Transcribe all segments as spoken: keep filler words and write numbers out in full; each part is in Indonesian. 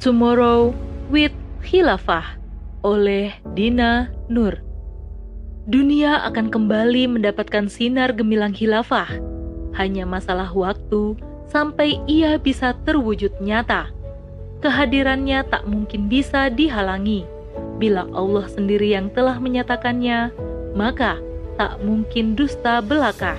Tomorrow with Khilafah oleh Dina Nur. Dunia akan kembali mendapatkan sinar gemilang khilafah. Hanya masalah waktu sampai ia bisa terwujud nyata. Kehadirannya tak mungkin bisa dihalangi. Bila Allah sendiri yang telah menyatakannya, maka tak mungkin dusta belaka.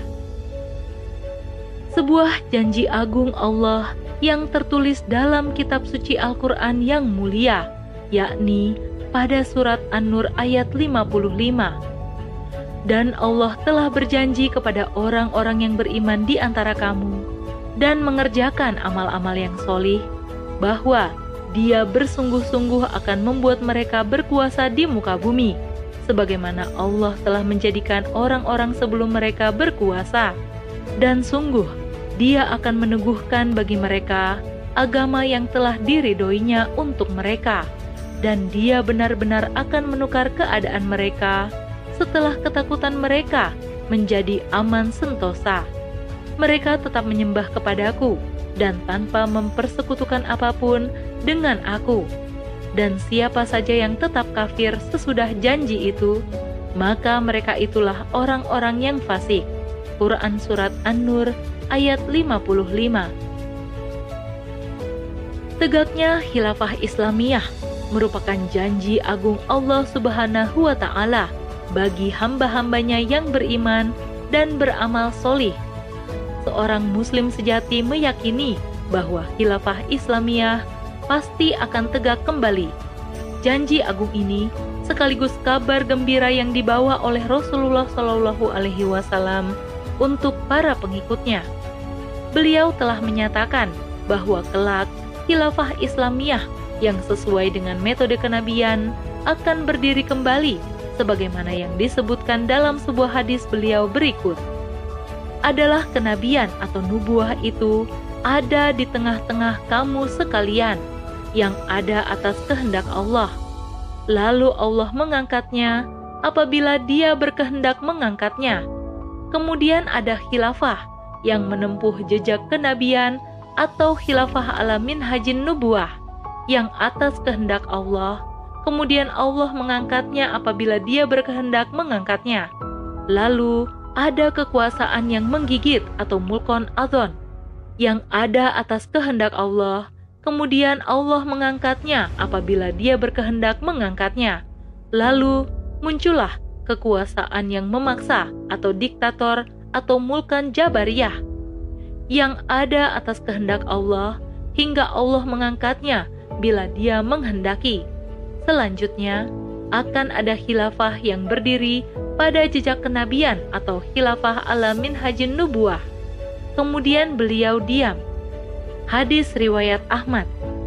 Sebuah janji agung Allah yang tertulis dalam kitab suci Al-Quran yang mulia, yakni pada surat An-Nur ayat lima puluh lima. Dan Allah telah berjanji kepada orang-orang yang beriman di antara kamu dan mengerjakan amal-amal yang solih, bahwa Dia bersungguh-sungguh akan membuat mereka berkuasa di muka bumi, sebagaimana Allah telah menjadikan orang-orang sebelum mereka berkuasa. Dan sungguh, Dia akan meneguhkan bagi mereka agama yang telah diridhoinya untuk mereka, dan Dia benar-benar akan menukar keadaan mereka setelah ketakutan mereka menjadi aman sentosa. Mereka tetap menyembah kepadaku dan tanpa mempersekutukan apapun dengan aku. Dan siapa saja yang tetap kafir sesudah janji itu, maka mereka itulah orang-orang yang fasik. Quran Surat An-Nur ayat lima puluh lima. Tegaknya khilafah Islamiyah merupakan janji agung Allah Subhanahu wa Ta'ala bagi hamba-hambanya yang beriman dan beramal solih. Seorang muslim sejati meyakini bahwa khilafah Islamiyah pasti akan tegak kembali. Janji agung ini sekaligus kabar gembira yang dibawa oleh Rasulullah Shallallahu Alaihi Wasallam untuk para pengikutnya. Beliau telah menyatakan bahwa kelak khilafah Islamiyah yang sesuai dengan metode kenabian akan berdiri kembali, sebagaimana yang disebutkan dalam sebuah hadis beliau berikut. Adalah kenabian atau nubuah itu ada di tengah-tengah kamu sekalian, yang ada atas kehendak Allah. Lalu Allah mengangkatnya apabila Dia berkehendak mengangkatnya. Kemudian ada khilafah yang menempuh jejak kenabian atau khilafah ala minhajin nubuah, yang atas kehendak Allah. Kemudian Allah mengangkatnya apabila Dia berkehendak mengangkatnya. Lalu ada kekuasaan yang menggigit atau mulkon adzon, yang ada atas kehendak Allah. Kemudian Allah mengangkatnya apabila Dia berkehendak mengangkatnya. Lalu muncullah kekuasaan yang memaksa atau diktator atau mulkan jabariyah, yang ada atas kehendak Allah hingga Allah mengangkatnya bila Dia menghendaki. Selanjutnya akan ada khilafah yang berdiri pada jejak kenabian atau khilafah ala minhajin nubuah. Kemudian beliau diam. Hadis riwayat Ahmad.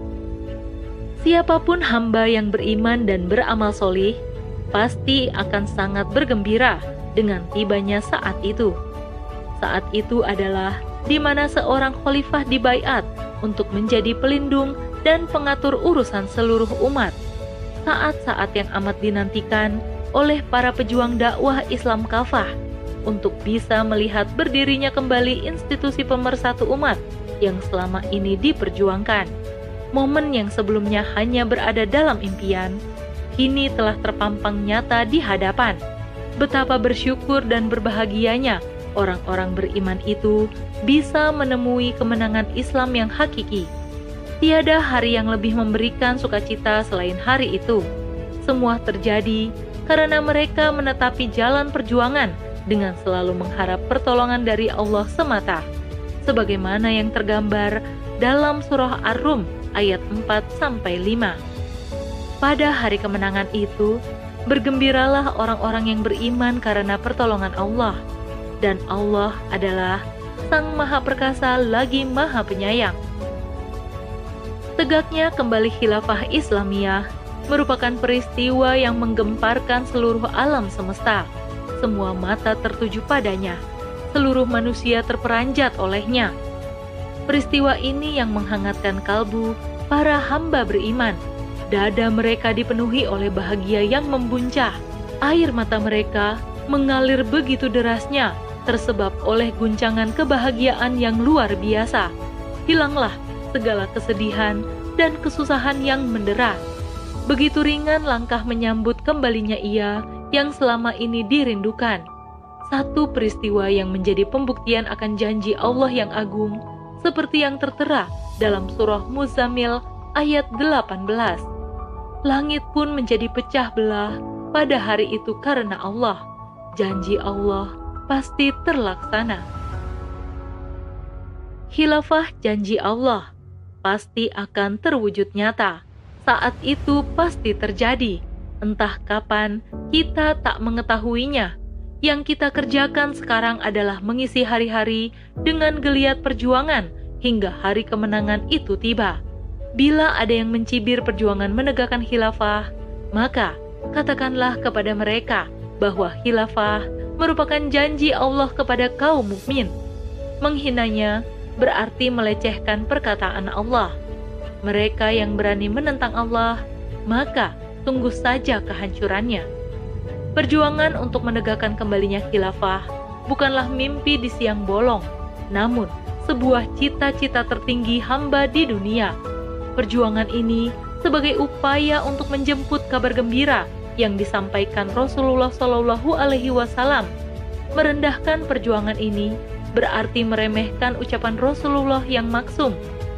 Siapapun hamba yang beriman dan beramal solih pasti akan sangat bergembira dengan tibanya saat itu. Saat itu adalah di mana seorang khalifah dibaiat untuk menjadi pelindung dan pengatur urusan seluruh umat. Saat-saat yang amat dinantikan oleh para pejuang dakwah Islam kafah untuk bisa melihat berdirinya kembali institusi pemersatu umat yang selama ini diperjuangkan. Momen yang sebelumnya hanya berada dalam impian, kini telah terpampang nyata di hadapan. Betapa bersyukur dan berbahagianya orang-orang beriman itu bisa menemui kemenangan Islam yang hakiki. Tiada hari yang lebih memberikan sukacita selain hari itu. Semua terjadi karena mereka menetapi jalan perjuangan dengan selalu mengharap pertolongan dari Allah semata, sebagaimana yang tergambar dalam surah Ar-Rum ayat empat sampai lima. Pada hari kemenangan itu, bergembiralah orang-orang yang beriman karena pertolongan Allah, dan Allah adalah Sang Maha Perkasa lagi Maha Penyayang. Tegaknya kembali khilafah Islamiyah merupakan peristiwa yang menggemparkan seluruh alam semesta. Semua mata tertuju padanya, seluruh manusia terperanjat olehnya. Peristiwa ini yang menghangatkan kalbu para hamba beriman. Dada mereka dipenuhi oleh bahagia yang membuncah. Air mata mereka mengalir begitu derasnya, tersebab oleh guncangan kebahagiaan yang luar biasa. Hilanglah segala kesedihan dan kesusahan yang mendera. Begitu ringan langkah menyambut kembalinya ia yang selama ini dirindukan. Satu peristiwa yang menjadi pembuktian akan janji Allah yang agung, seperti yang tertera dalam surah Muzammil ayat delapan belas. Langit pun menjadi pecah belah pada hari itu karena Allah. Janji Allah pasti terlaksana. Khilafah janji Allah pasti akan terwujud nyata. Saat itu pasti terjadi. Entah kapan, kita tak mengetahuinya. Yang kita kerjakan sekarang adalah mengisi hari-hari dengan geliat perjuangan hingga hari kemenangan itu tiba. Bila ada yang mencibir perjuangan menegakkan khilafah, maka katakanlah kepada mereka bahwa khilafah merupakan janji Allah kepada kaum mukmin. Menghinanya berarti melecehkan perkataan Allah. Mereka yang berani menentang Allah, maka tunggu saja kehancurannya. Perjuangan untuk menegakkan kembalinya khilafah bukanlah mimpi di siang bolong, namun sebuah cita-cita tertinggi hamba di dunia. Perjuangan ini sebagai upaya untuk menjemput kabar gembira yang disampaikan Rasulullah Shallallahu Alaihi Wasallam. Merendahkan perjuangan ini berarti meremehkan ucapan Rasulullah yang maksum.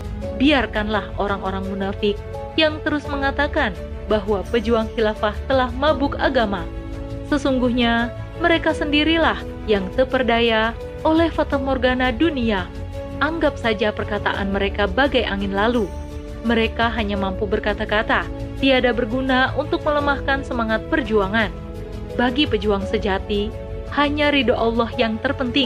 Biarkanlah orang-orang munafik yang terus mengatakan bahwa pejuang khilafah telah mabuk agama. Sesungguhnya mereka sendirilah yang terperdaya oleh fatamorgana dunia. Anggap saja perkataan mereka bagai angin lalu. Mereka hanya mampu berkata-kata, tiada berguna untuk melemahkan semangat perjuangan. Bagi pejuang sejati, hanya ridho Allah yang terpenting.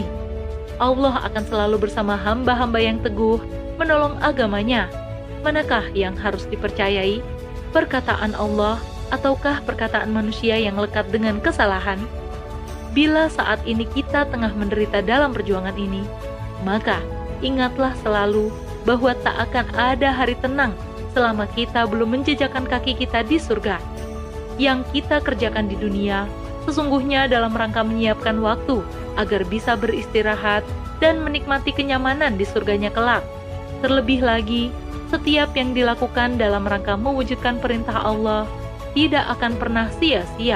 Allah akan selalu bersama hamba-hamba yang teguh menolong agamanya. Manakah yang harus dipercayai? Perkataan Allah ataukah perkataan manusia yang lekat dengan kesalahan? Bila saat ini kita tengah menderita dalam perjuangan ini, maka ingatlah selalu bahwa tak akan ada hari tenang selama kita belum menjejakkan kaki kita di surga. Yang kita kerjakan di dunia sesungguhnya dalam rangka menyiapkan waktu agar bisa beristirahat dan menikmati kenyamanan di surganya kelak. Terlebih lagi, setiap yang dilakukan dalam rangka mewujudkan perintah Allah tidak akan pernah sia-sia.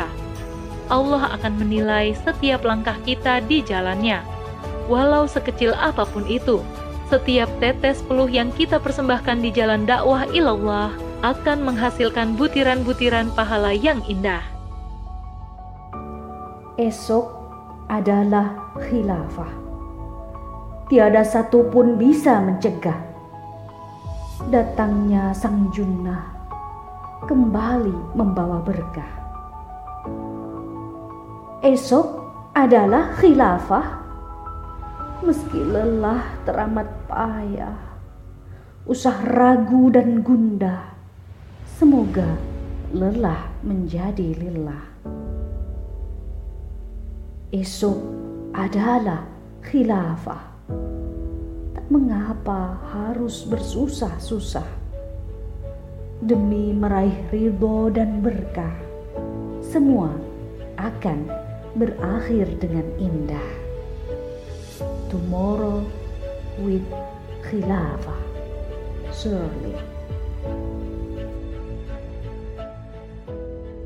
Allah akan menilai setiap langkah kita di jalannya, walau sekecil apapun itu. Setiap tetes peluh yang kita persembahkan di jalan dakwah ilallah akan menghasilkan butiran-butiran pahala yang indah. Esok adalah khilafah. Tiada satu pun bisa mencegah datangnya sang junnah kembali membawa berkah. Esok adalah khilafah. Meski lelah teramat payah, usah ragu dan gundah, semoga lelah menjadi lillah. Esok adalah khilafah. Tak mengapa harus bersusah-susah demi meraih ridho dan berkah. Semua akan berakhir dengan indah. Tomorrow with Khilafah, surely.